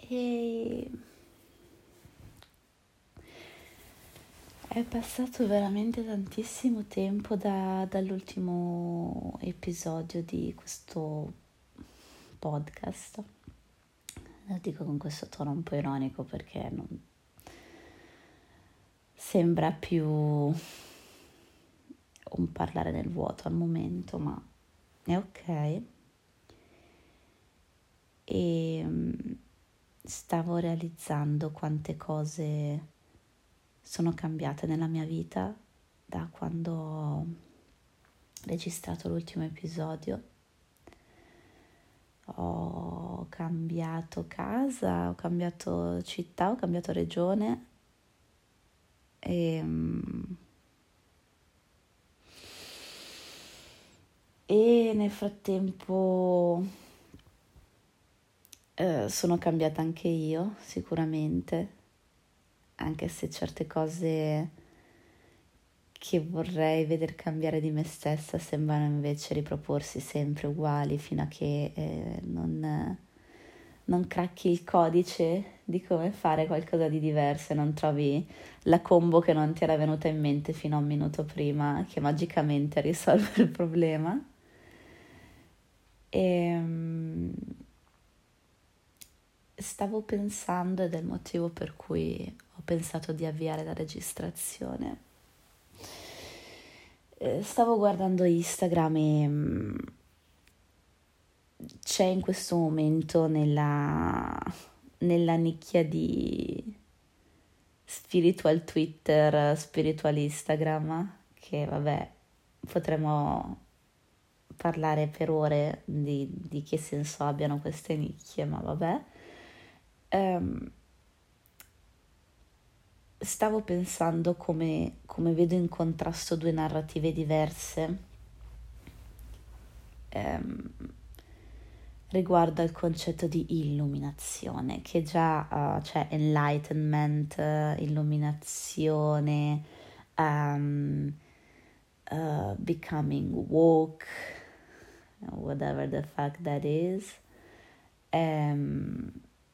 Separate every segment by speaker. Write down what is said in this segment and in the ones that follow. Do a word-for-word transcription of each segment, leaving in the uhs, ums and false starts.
Speaker 1: E è passato veramente tantissimo tempo da- dall'ultimo episodio di questo podcast. Lo dico con questo tono un po' ironico perché non sembra più un parlare nel vuoto al momento, ma è ok. E mm, stavo realizzando quante cose sono cambiate nella mia vita da quando ho registrato l'ultimo episodio. Ho cambiato casa, ho cambiato città, ho cambiato regione e, e nel frattempo eh, sono cambiata anche io, sicuramente, anche se certe cose che vorrei vedere cambiare di me stessa sembrano invece riproporsi sempre uguali fino a che eh, non, non cracchi il codice di come fare qualcosa di diverso e non trovi la combo che non ti era venuta in mente fino a un minuto prima che magicamente risolve il problema. E um, stavo pensando, ed è il motivo per cui ho pensato di avviare la registrazione. Stavo guardando Instagram e mm, c'è in questo momento nella, nella nicchia di spiritual Twitter, spiritual Instagram, che vabbè, potremmo parlare per ore di, di che senso abbiano queste nicchie, ma vabbè. Um, stavo pensando come, come vedo in contrasto due narrative diverse um, riguardo al concetto di illuminazione, che già uh, c'è enlightenment, uh, illuminazione, um, uh, becoming woke, whatever the fuck that is. Um,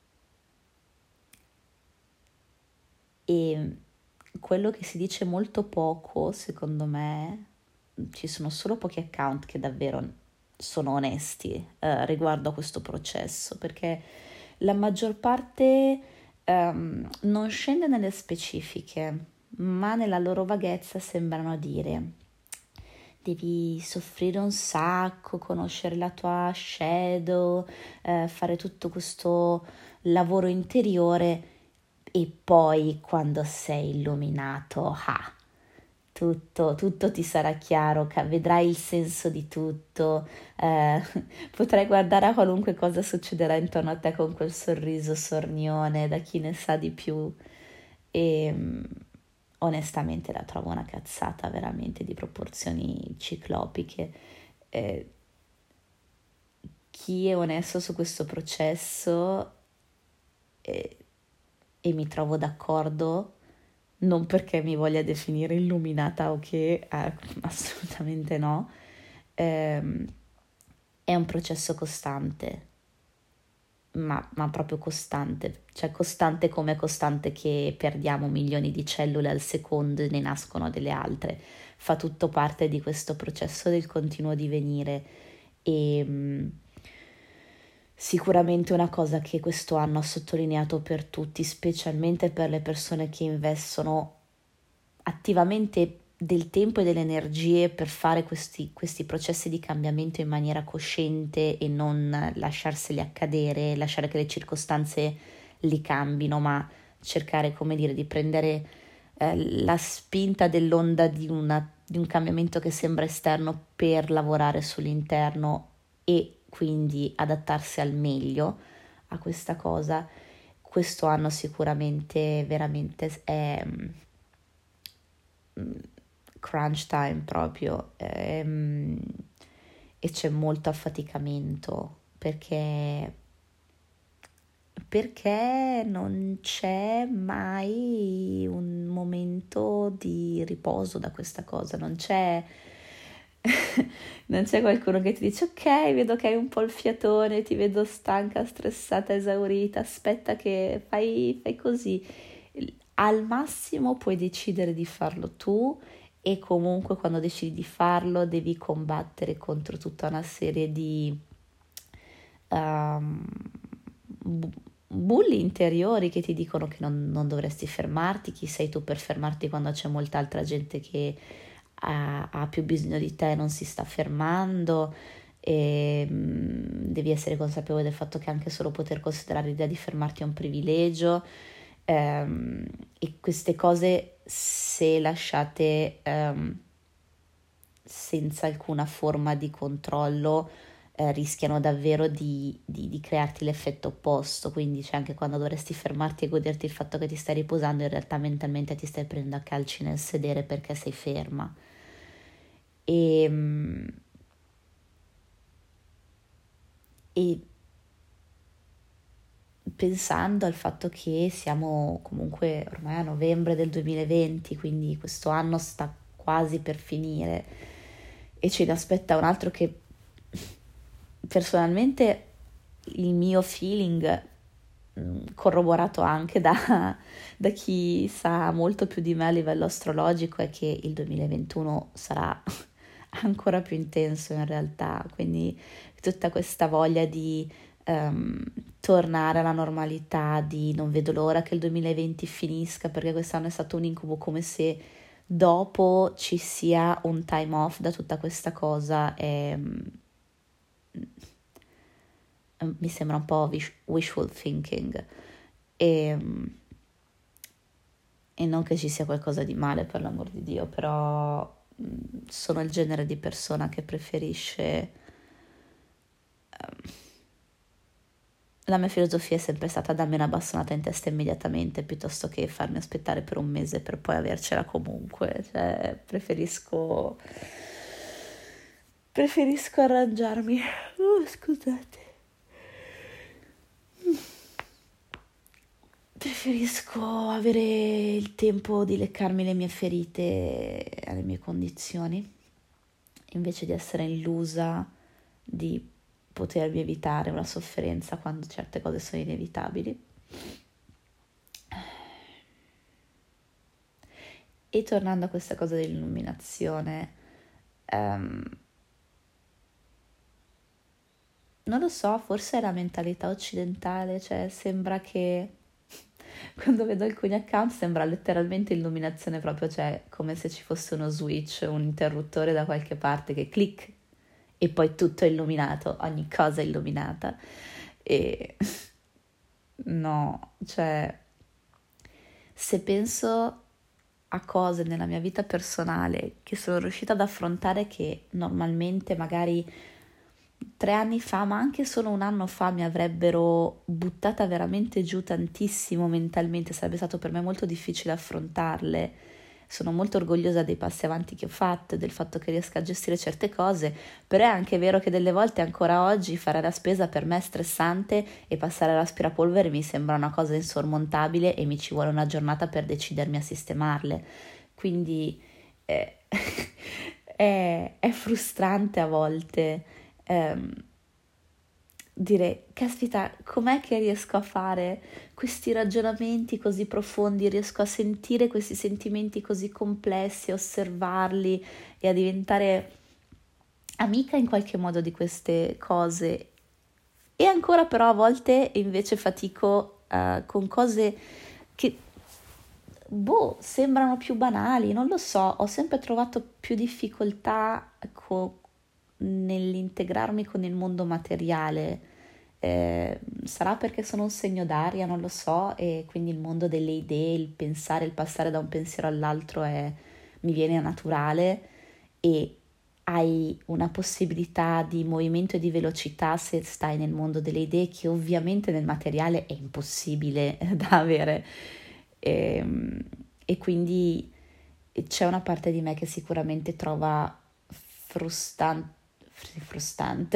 Speaker 1: e quello che si dice molto poco, secondo me, ci sono solo pochi account che davvero sono onesti eh, riguardo a questo processo, perché la maggior parte um, non scende nelle specifiche, ma nella loro vaghezza sembrano dire: devi soffrire un sacco, conoscere la tua shadow, eh, fare tutto questo lavoro interiore e poi quando sei illuminato, ah, tutto, tutto ti sarà chiaro, vedrai il senso di tutto, eh, potrai guardare a qualunque cosa succederà intorno a te con quel sorriso sornione da chi ne sa di più. E onestamente la trovo una cazzata veramente di proporzioni ciclopiche. Eh, chi è onesto su questo processo eh, e mi trovo d'accordo, non perché mi voglia definire illuminata o che, eh, assolutamente no, ehm, è un processo costante, ma, ma proprio costante, cioè costante come è costante che perdiamo milioni di cellule al secondo e ne nascono delle altre, fa tutto parte di questo processo del continuo divenire e mh, sicuramente una cosa che questo anno ha sottolineato per tutti, specialmente per le persone che investono attivamente del tempo e delle energie per fare questi, questi processi di cambiamento in maniera cosciente e non lasciarseli accadere, lasciare che le circostanze li cambino, ma cercare, come dire, di prendere eh, la spinta dell'onda di, una, di un cambiamento che sembra esterno per lavorare sull'interno e quindi adattarsi al meglio a questa cosa. Questo anno sicuramente veramente è crunch time proprio ehm, e c'è molto affaticamento perché perché non c'è mai un momento di riposo da questa cosa, non c'è non c'è qualcuno che ti dice ok, vedo che hai un po' il fiatone, ti vedo stanca, stressata, esaurita, aspetta che fai, fai così. Al massimo puoi decidere di farlo tu e comunque quando decidi di farlo devi combattere contro tutta una serie di um, bu- bulli interiori che ti dicono che non, non dovresti fermarti, chi sei tu per fermarti quando c'è molta altra gente che ha, ha più bisogno di te e non si sta fermando. E mm, devi essere consapevole del fatto che anche solo poter considerare l'idea di fermarti è un privilegio. Ehm, e queste cose, se lasciate ehm, senza alcuna forma di controllo, eh, rischiano davvero di, di, di crearti l'effetto opposto. Quindi c'è anche quando dovresti fermarti e goderti il fatto che ti stai riposando, in realtà mentalmente ti stai prendendo a calci nel sedere perché sei ferma. E, e pensando al fatto che siamo comunque ormai a novembre del duemilaventi, quindi questo anno sta quasi per finire e ce ne aspetta un altro che personalmente il mio feeling, corroborato anche da, da chi sa molto più di me a livello astrologico, è che il duemilaventuno sarà ancora più intenso in realtà, quindi tutta questa voglia di um, tornare alla normalità, di non vedo l'ora che il duemilaventi finisca perché quest'anno è stato un incubo, come se dopo ci sia un time off da tutta questa cosa. E, um, mi sembra un po' wish- wishful thinking e, e non che ci sia qualcosa di male, per l'amor di Dio, però sono il genere di persona che preferisce um, la mia filosofia è sempre stata darmi una bastonata in testa immediatamente piuttosto che farmi aspettare per un mese per poi avercela comunque, cioè preferisco preferisco arrangiarmi. Oh, scusate. Preferisco avere il tempo di leccarmi le mie ferite alle mie condizioni invece di essere illusa di potermi evitare una sofferenza quando certe cose sono inevitabili. E tornando a questa cosa dell'illuminazione, um, non lo so, forse è la mentalità occidentale, cioè sembra che quando vedo alcuni account sembra letteralmente illuminazione proprio, cioè come se ci fosse uno switch, un interruttore da qualche parte che clic e poi tutto è illuminato, ogni cosa è illuminata. E no, cioè se penso a cose nella mia vita personale che sono riuscita ad affrontare che normalmente magari tre anni fa, ma anche solo un anno fa mi avrebbero buttata veramente giù tantissimo mentalmente, sarebbe stato per me molto difficile affrontarle. Sono molto orgogliosa dei passi avanti che ho fatto, del fatto che riesco a gestire certe cose, però è anche vero che delle volte ancora oggi fare la spesa per me è stressante e passare l'aspirapolvere mi sembra una cosa insormontabile e mi ci vuole una giornata per decidermi a sistemarle. Quindi eh, è, è frustrante a volte ehm, dire, caspita, com'è che riesco a fare questi ragionamenti così profondi, riesco a sentire questi sentimenti così complessi, a osservarli e a diventare amica in qualche modo di queste cose. E ancora però a volte invece fatico uh, con cose che, boh, sembrano più banali, non lo so, ho sempre trovato più difficoltà co- nell'integrarmi con il mondo materiale. Eh, sarà perché sono un segno d'aria, non lo so, e quindi il mondo delle idee, il pensare, il passare da un pensiero all'altro è, mi viene naturale e hai una possibilità di movimento e di velocità se stai nel mondo delle idee che ovviamente nel materiale è impossibile da avere. E, e quindi c'è una parte di me che sicuramente trova frustan- frustante,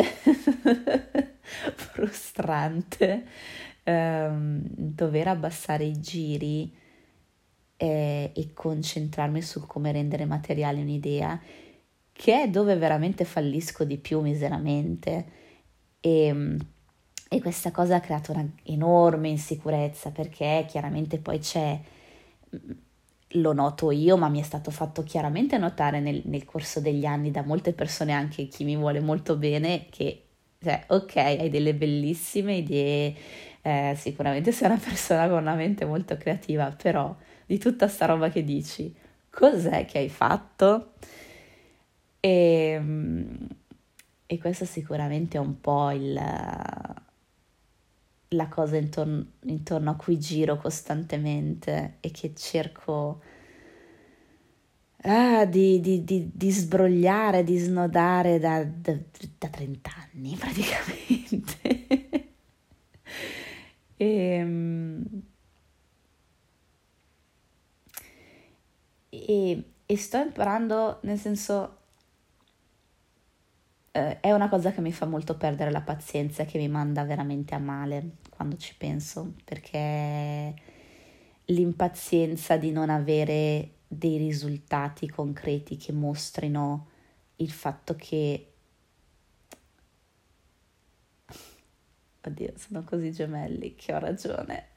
Speaker 1: frustrante ehm, dover abbassare i giri eh, e concentrarmi su come rendere materiale un'idea che è dove veramente fallisco di più miseramente. E, e questa cosa ha creato una enorme insicurezza, perché chiaramente poi c'è, lo noto io, ma mi è stato fatto chiaramente notare nel, nel corso degli anni da molte persone, anche chi mi vuole molto bene, che cioè, ok, hai delle bellissime idee, eh, sicuramente sei una persona con una mente molto creativa, però di tutta sta roba che dici, cos'è che hai fatto? E, e questo sicuramente è un po' il, la cosa intorno, intorno a cui giro costantemente e che cerco ah, di, di, di, di sbrogliare, di snodare da, da, da trenta anni praticamente. e, e, e sto imparando, nel senso, eh, è una cosa che mi fa molto perdere la pazienza, che mi manda veramente a male quando ci penso, perché l'impazienza di non avere dei risultati concreti che mostrino il fatto che, oddio, sono così gemelli che ho ragione.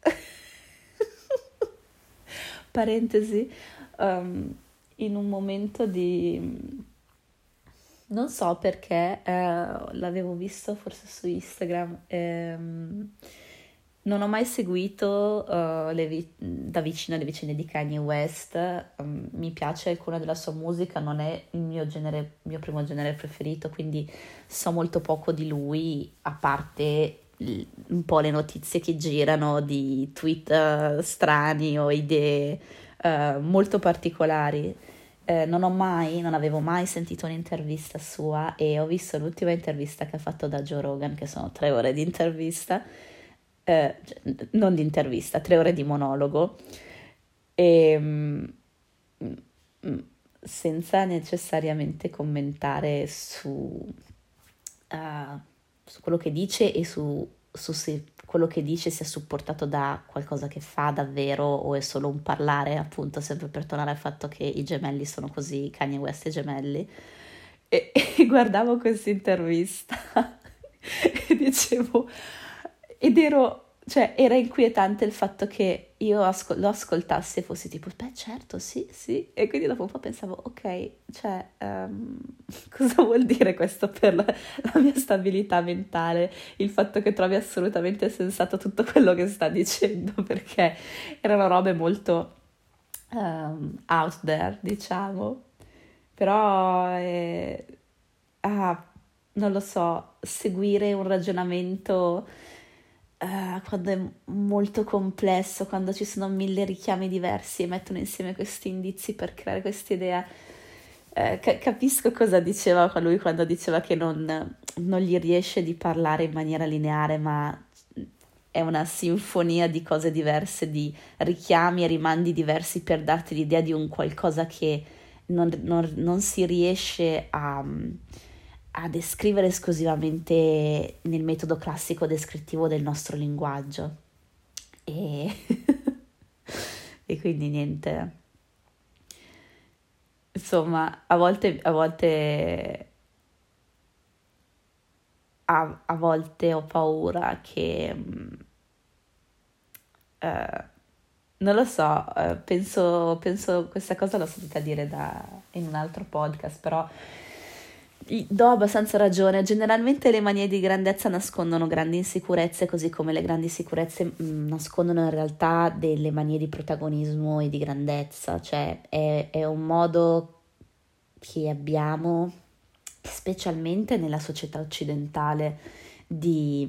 Speaker 1: Parentesi, um, in un momento di, non so perché, eh, l'avevo visto forse su Instagram, ehm, non ho mai seguito uh, le vi- da vicino le vicende di Kanye West. Um, mi piace alcuna della sua musica, non è il mio genere, il mio primo genere preferito, quindi so molto poco di lui, a parte l- un po' le notizie che girano di tweet uh, strani o idee uh, molto particolari. Eh, non ho mai, non avevo mai sentito un'intervista sua, e ho visto l'ultima intervista che ha fatto da Joe Rogan, che sono tre ore di intervista, eh, cioè, non di intervista, tre ore di monologo, e mm, mm, senza necessariamente commentare su, eh, su quello che dice e su, su se quello che dice sia supportato da qualcosa che fa davvero o è solo un parlare, appunto, sempre per tornare al fatto che i gemelli sono così, Kanye West e gemelli. E, e guardavo questa intervista e dicevo, ed ero, cioè, era inquietante il fatto che io ascol- lo ascoltassi e fossi tipo, beh certo, sì, sì, e quindi dopo un po' pensavo, ok, cioè, ehm, cosa vuol dire questo per la, la mia stabilità mentale, il fatto che trovi assolutamente sensato tutto quello che sta dicendo, perché erano robe molto ehm, out there, diciamo, però eh, ah, non lo so, seguire un ragionamento eh, quando è molto complesso, quando ci sono mille richiami diversi e mettono insieme questi indizi per creare questa idea. Eh, ca- capisco cosa diceva lui quando diceva che non, non gli riesce di parlare in maniera lineare, ma è una sinfonia di cose diverse, di richiami e rimandi diversi per darti l'idea di un qualcosa che non, non- non si riesce a, a descrivere esclusivamente nel metodo classico descrittivo del nostro linguaggio. E, e quindi niente. Insomma, a volte, a volte, a, a volte ho paura che, mm, eh, non lo so, eh, penso, penso questa cosa l'ho sentita dire da, in un altro podcast, però i- do abbastanza ragione. Generalmente le manie di grandezza nascondono grandi insicurezze, così come le grandi sicurezze mh, nascondono in realtà delle manie di protagonismo e di grandezza, cioè è, è un modo che abbiamo, specialmente nella società occidentale, di,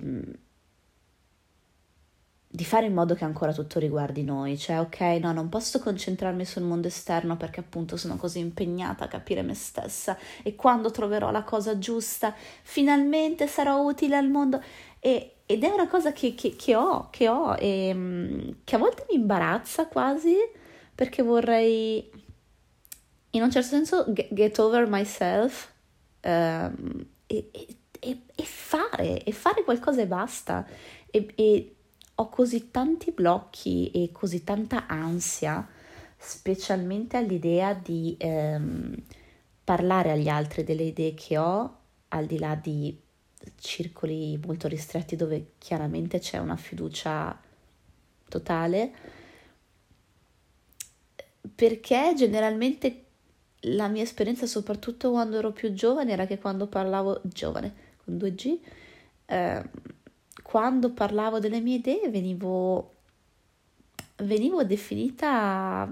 Speaker 1: di fare in modo che ancora tutto riguardi noi, cioè ok, no, non posso concentrarmi sul mondo esterno perché appunto sono così impegnata a capire me stessa, e quando troverò la cosa giusta finalmente sarò utile al mondo. E, ed è una cosa che, che, che ho, che ho e mm, che a volte mi imbarazza quasi, perché vorrei in un certo senso ge- get over myself, ehm, e, e- e- e fare, e fare qualcosa e basta. E, e ho così tanti blocchi e così tanta ansia, specialmente all'idea di, ehm, parlare agli altri delle idee che ho, al di là di circoli molto ristretti dove chiaramente c'è una fiducia totale, perché generalmente la mia esperienza, soprattutto quando ero più giovane, era che quando parlavo, giovane, con due G, eh, quando parlavo delle mie idee venivo, venivo definita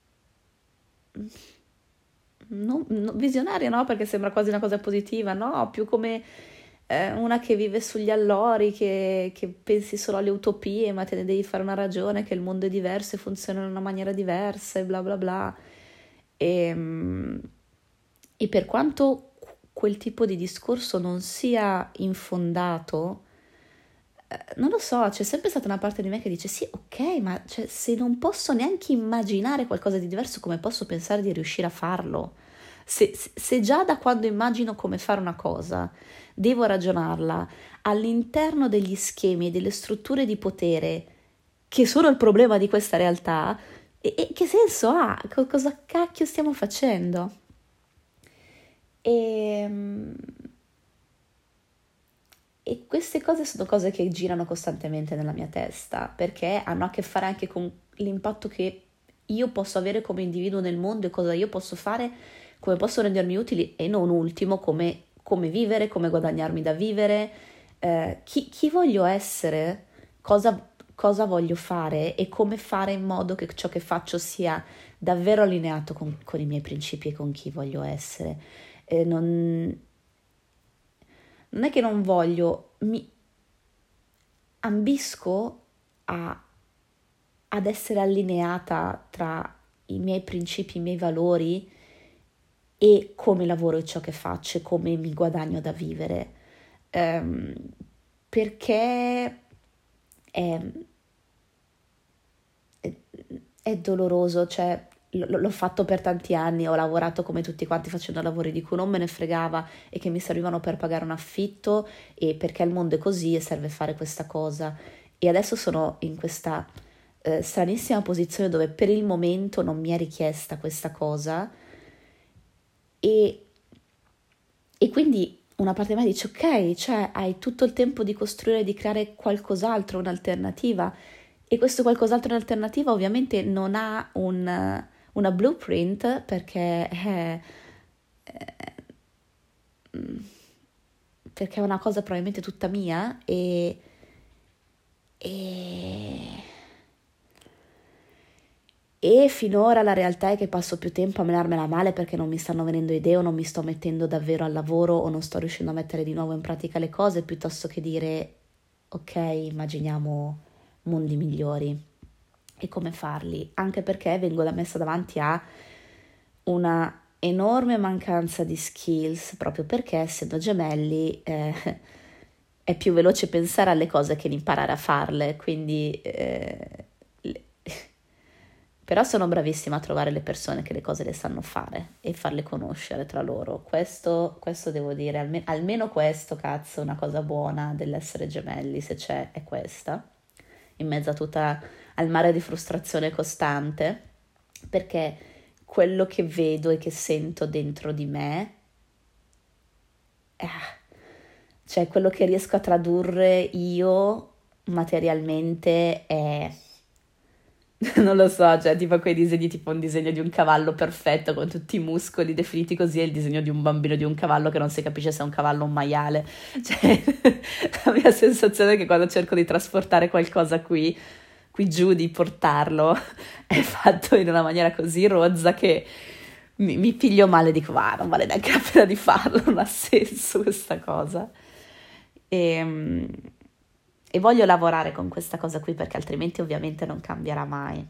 Speaker 1: non, non- visionaria, no? Perché sembra quasi una cosa positiva, no? Più come eh, una che vive sugli allori, che, che pensi solo alle utopie, ma te ne devi fare una ragione, che il mondo è diverso e funziona in una maniera diversa e bla bla bla. E, mm, e per quanto quel tipo di discorso non sia infondato, eh, non lo so, c'è sempre stata una parte di me che dice sì, ok, ma cioè, se non posso neanche immaginare qualcosa di diverso, come posso pensare di riuscire a farlo? Se, se- se già da quando immagino come fare una cosa, devo ragionarla all'interno degli schemi e delle strutture di potere che sono il problema di questa realtà, e, e che senso ha? Co- cosa cacchio stiamo facendo? E, e queste cose sono cose che girano costantemente nella mia testa, perché hanno a che fare anche con l'impatto che io posso avere come individuo nel mondo e cosa io posso fare, come posso rendermi utili e non ultimo, come, come vivere, come guadagnarmi da vivere, eh, chi, chi voglio essere, cosa, cosa voglio fare e come fare in modo che ciò che faccio sia davvero allineato con, con i miei principi e con chi voglio essere. Eh, non, non è che non voglio, mi ambisco a, ad essere allineata tra i miei principi, i miei valori e come lavoro e ciò che faccio e come mi guadagno da vivere. Ehm, perché è, è, è doloroso, cioè l- l'ho fatto per tanti anni, ho lavorato come tutti quanti facendo lavori di cui non me ne fregava e che mi servivano per pagare un affitto e perché il mondo è così e serve fare questa cosa. E adesso sono in questa eh, stranissima posizione dove per il momento non mi è richiesta questa cosa e, e quindi una parte di me dice ok, cioè hai tutto il tempo di costruire, di creare qualcos'altro, un'alternativa e questo qualcos'altro in alternativa ovviamente non ha un, una blueprint perché è, perché è una cosa probabilmente tutta mia e, e, e finora la realtà è che passo più tempo a menarmela male perché non mi stanno venendo idee o non mi sto mettendo davvero al lavoro o non sto riuscendo a mettere di nuovo in pratica le cose piuttosto che dire ok, immaginiamo mondi migliori e come farli, anche perché vengo da messa davanti a una enorme mancanza di skills, proprio perché essendo gemelli eh, è più veloce pensare alle cose che imparare a farle, quindi eh, le- però sono bravissima a trovare le persone che le cose le sanno fare e farle conoscere tra loro. Questo, questo devo dire, alme- almeno questo, cazzo, una cosa buona dell'essere gemelli, se c'è, è questa, in mezzo a tutta al mare di frustrazione costante, perché quello che vedo e che sento dentro di me, eh, cioè quello che riesco a tradurre io materialmente è non lo so, cioè tipo quei disegni, tipo un disegno di un cavallo perfetto con tutti i muscoli definiti così e il disegno di un bambino di un cavallo che non si capisce se è un cavallo o un maiale. Cioè, la mia sensazione è che quando cerco di trasportare qualcosa qui, qui giù, di portarlo, è fatto in una maniera così rozza che mi, mi piglio male e dico, ah, non vale neanche la pena di farlo, non ha senso questa cosa. E, e voglio lavorare con questa cosa qui perché altrimenti ovviamente non cambierà mai.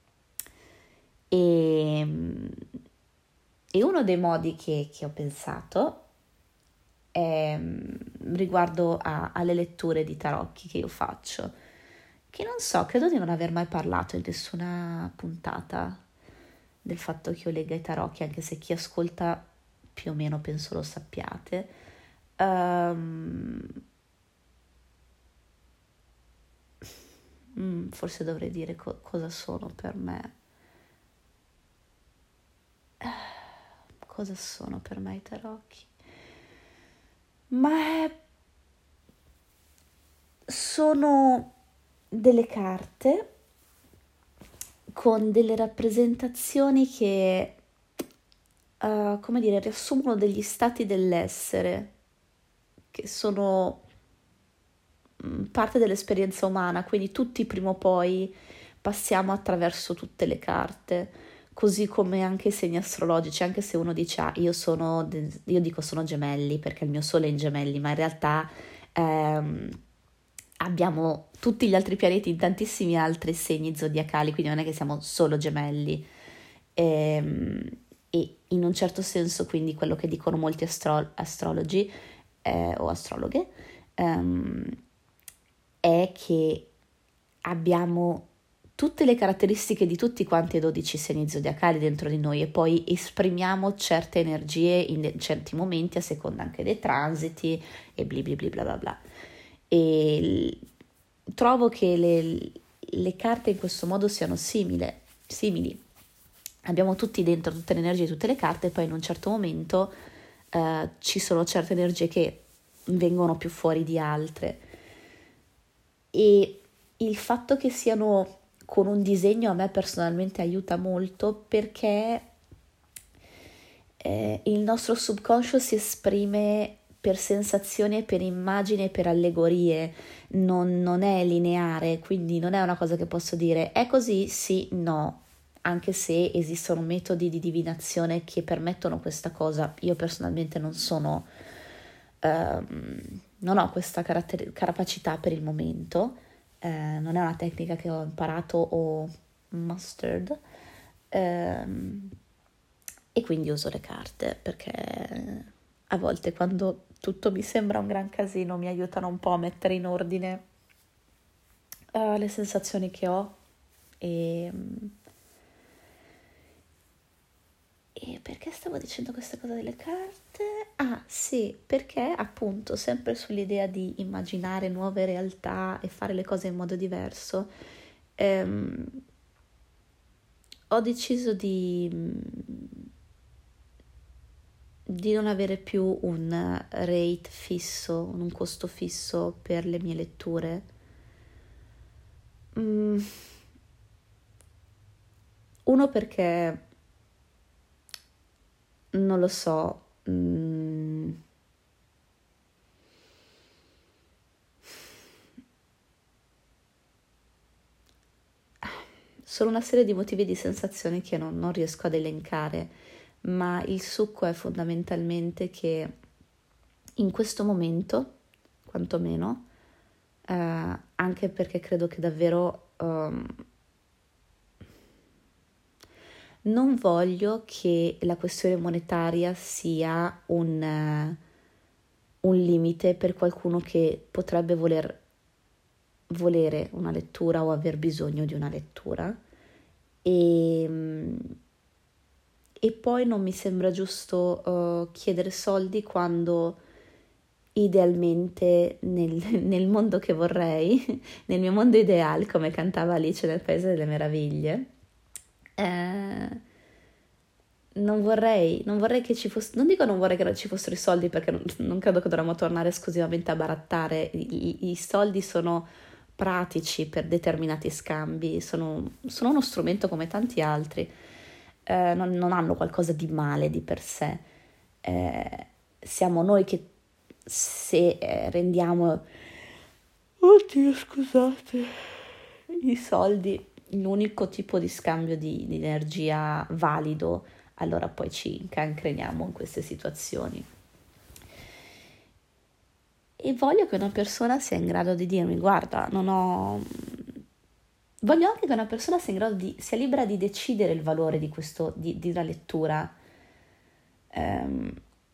Speaker 1: E, e uno dei modi che, che ho pensato è riguardo a- alle letture di tarocchi che io faccio, che non so, credo di non aver mai parlato in nessuna puntata del fatto che io legga i tarocchi, anche se chi ascolta più o meno penso lo sappiate. Ehm, mm, forse dovrei dire co- cosa sono per me. cosa sono per me i tarocchi? Ma è- sono delle carte con delle rappresentazioni che, uh, come dire, riassumono degli stati dell'essere, che sono mm, parte dell'esperienza umana, quindi tutti prima o poi passiamo attraverso tutte le carte, così come anche i segni astrologici, anche se uno dice, ah, io sono, de- io dico sono gemelli perché il mio sole è in gemelli, ma in realtà ehm, abbiamo tutti gli altri pianeti in tantissimi altri segni zodiacali, quindi non è che siamo solo gemelli. Ehm, e in un certo senso, quindi quello che dicono molti astro- astrologi eh, o astrologhe ehm, è che abbiamo tutte le caratteristiche di tutti quanti i dodici segni zodiacali dentro di noi e poi esprimiamo certe energie in de- certi momenti a seconda anche dei transiti e bli bli bli bla bla bla. E l- trovo che le, le carte in questo modo siano simile, simili. Abbiamo tutti dentro tutte le energie, tutte le carte, e poi in un certo momento eh, ci sono certe energie che vengono più fuori di altre. E il fatto che siano con un disegno a me personalmente aiuta molto perché eh, il nostro subconscio si esprime per sensazioni e per immagini e per allegorie, non, non è lineare, quindi non è una cosa che posso dire è così, sì, no, anche se esistono metodi di divinazione che permettono questa cosa. Io personalmente non sono, ehm, non ho questa caratter- capacità per il momento, eh, non è una tecnica che ho imparato o mastered, ehm, e quindi uso le carte perché a volte quando tutto mi sembra un gran casino mi aiutano un po' a mettere in ordine eh, le sensazioni che ho e, e perché stavo dicendo questa cosa delle carte? Ah sì, perché appunto sempre sull'idea di immaginare nuove realtà e fare le cose in modo diverso, ehm, ho deciso di, di non avere più un rate fisso, un costo fisso per le mie letture. Mm, uno perché non lo so, mm, sono una serie di motivi e di sensazioni che non, non riesco ad elencare, ma il succo è fondamentalmente che in questo momento, quantomeno, eh, anche perché credo che davvero um, non voglio che la questione monetaria sia un, eh, un limite per qualcuno che potrebbe voler, volere una lettura o aver bisogno di una lettura. E, mm, e poi non mi sembra giusto uh, chiedere soldi quando idealmente nel, nel mondo che vorrei, nel mio mondo ideale, come cantava Alice nel Paese delle Meraviglie, eh, non vorrei, non vorrei che ci fosse, non dico non vorrei che non ci fossero i soldi perché non, non credo che dovremmo tornare esclusivamente a barattare, I, i soldi sono pratici per determinati scambi, sono, sono uno strumento come tanti altri, eh, non, non hanno qualcosa di male di per sé, eh, siamo noi che se eh, rendiamo, oddio scusate, i soldi l'unico tipo di scambio di, di energia valido, allora poi ci incancreniamo in queste situazioni. E voglio che una persona sia in grado di dirmi, guarda, non ho... Voglio anche che una persona sia in grado di, sia libera di decidere il valore di questo, di, di una lettura. Ehm,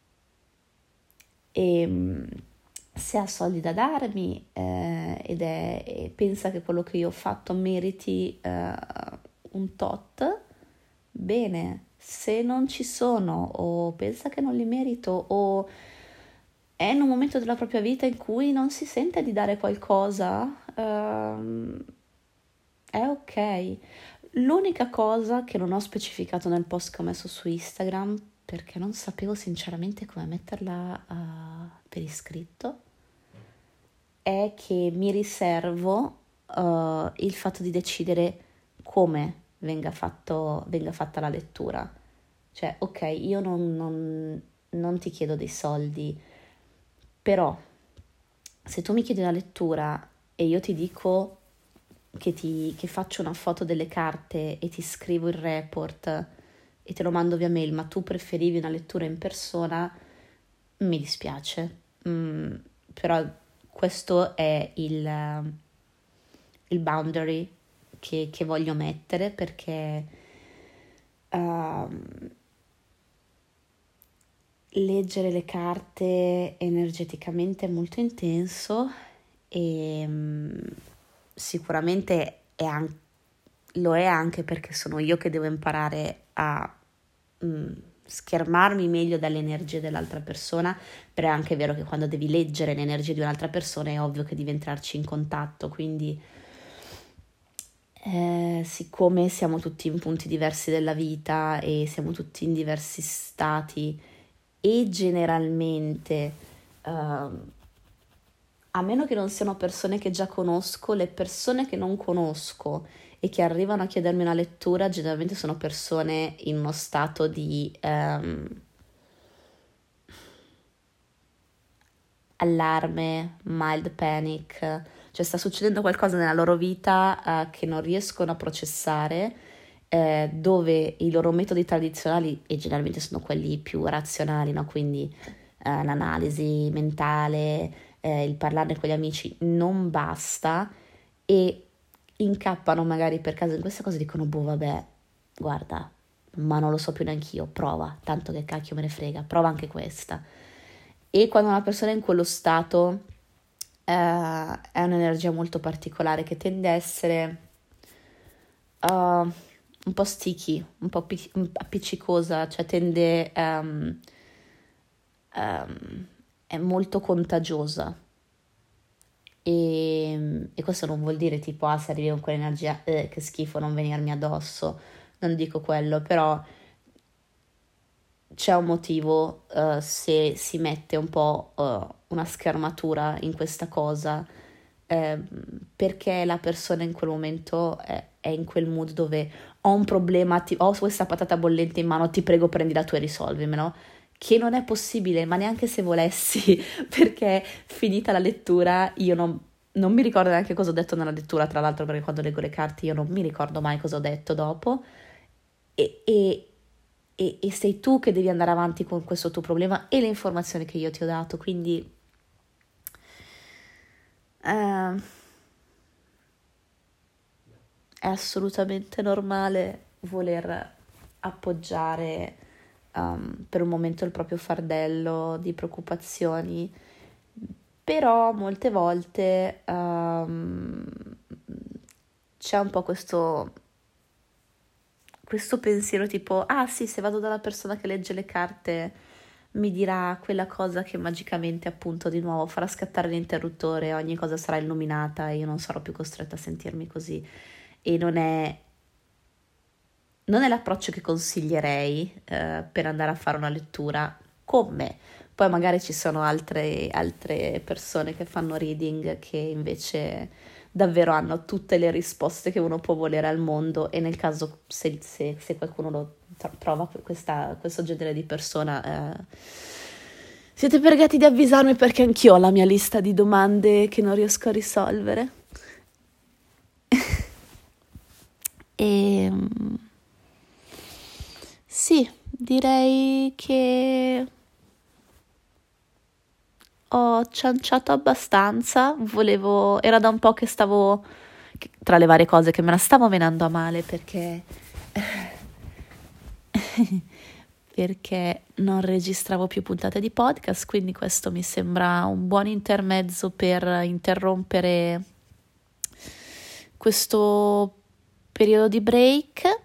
Speaker 1: e se ha soldi da darmi eh, ed è, e pensa che quello che io ho fatto meriti eh, un tot, bene. Se non ci sono o pensa che non li merito o è in un momento della propria vita in cui non si sente di dare qualcosa, ehm, è ok. L'unica cosa che non ho specificato nel post che ho messo su Instagram, perché non sapevo sinceramente come metterla uh, per iscritto, è che mi riservo uh, il fatto di decidere come venga, fatto, venga fatta la lettura. Cioè, ok, io non, non, non ti chiedo dei soldi, però se tu mi chiedi una lettura e io ti dico che, ti, che faccio una foto delle carte e ti scrivo il report e te lo mando via mail, ma tu preferivi una lettura in persona, mi dispiace. Mm, però questo è il, il boundary che, che voglio mettere, perché uh, leggere le carte energeticamente è molto intenso e um, sicuramente è an- lo è anche perché sono io che devo imparare a um, schermarmi meglio dalle energie dell'altra persona, però è anche vero che quando devi leggere le energie di un'altra persona è ovvio che devi entrarci in contatto, quindi eh, siccome siamo tutti in punti diversi della vita e siamo tutti in diversi stati e generalmente uh, a meno che non siano persone che già conosco, le persone che non conosco e che arrivano a chiedermi una lettura generalmente sono persone in uno stato di um, allarme, mild panic, cioè sta succedendo qualcosa nella loro vita uh, che non riescono a processare, eh, dove i loro metodi tradizionali, e generalmente sono quelli più razionali, no? Quindi uh, l'analisi mentale, eh, il parlarne con gli amici, non basta, e incappano magari per caso in questa cosa e dicono, boh vabbè, guarda, ma non lo so più neanch'io, prova, tanto che cacchio me ne frega, prova anche questa. E quando una persona è in quello stato eh, è un'energia molto particolare che tende a essere uh, un po' sticky, un po' appic- appiccicosa, cioè tende um, um, è molto contagiosa. E, e questo non vuol dire tipo, ah, se arrivi con quell'energia, eh, che schifo, non venirmi addosso, non dico quello, però c'è un motivo uh, se si mette un po' uh, una schermatura in questa cosa, eh, perché la persona in quel momento è, è in quel mood dove ho un problema, ti, ho questa patata bollente in mano, ti prego prendila tu e risolvimelo, che non è possibile, ma neanche se volessi, perché finita la lettura io non, non mi ricordo neanche cosa ho detto nella lettura, tra l'altro, perché quando leggo le carte io non mi ricordo mai cosa ho detto dopo, e, e E, e sei tu che devi andare avanti con questo tuo problema e le informazioni che io ti ho dato, quindi eh, è assolutamente normale voler appoggiare um, per un momento il proprio fardello di preoccupazioni, però molte volte um, c'è un po' questo questo pensiero tipo, ah sì, se vado dalla persona che legge le carte mi dirà quella cosa che magicamente appunto di nuovo farà scattare l'interruttore, ogni cosa sarà illuminata e io non sarò più costretta a sentirmi così. E non è, non è l'approccio che consiglierei eh, per andare a fare una lettura con me. Poi magari ci sono altre, altre persone che fanno reading che invece davvero hanno tutte le risposte che uno può volere al mondo, e nel caso se, se, se qualcuno lo trova questa, questo genere di persona, eh, siete pregati di avvisarmi, perché anch'io ho la mia lista di domande che non riesco a risolvere. E sì, direi che ho cianciato abbastanza, volevo, era da un po' che stavo, che, tra le varie cose, che me la stavo venendo a male perché perché non registravo più puntate di podcast, quindi questo mi sembra un buon intermezzo per interrompere questo periodo di break.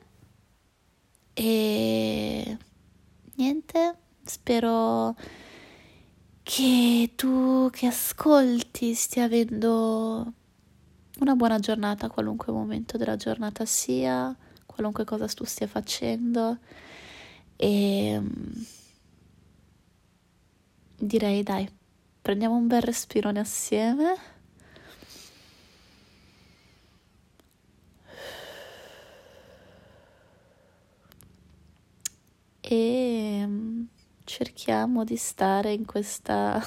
Speaker 1: E niente, spero che tu che ascolti stia avendo una buona giornata, qualunque momento della giornata sia, qualunque cosa tu stia facendo, E mm, direi dai, prendiamo un bel respirone assieme e mm, cerchiamo di stare in questa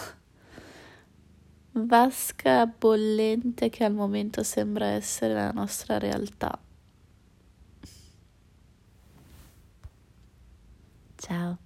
Speaker 1: vasca bollente che al momento sembra essere la nostra realtà. Ciao.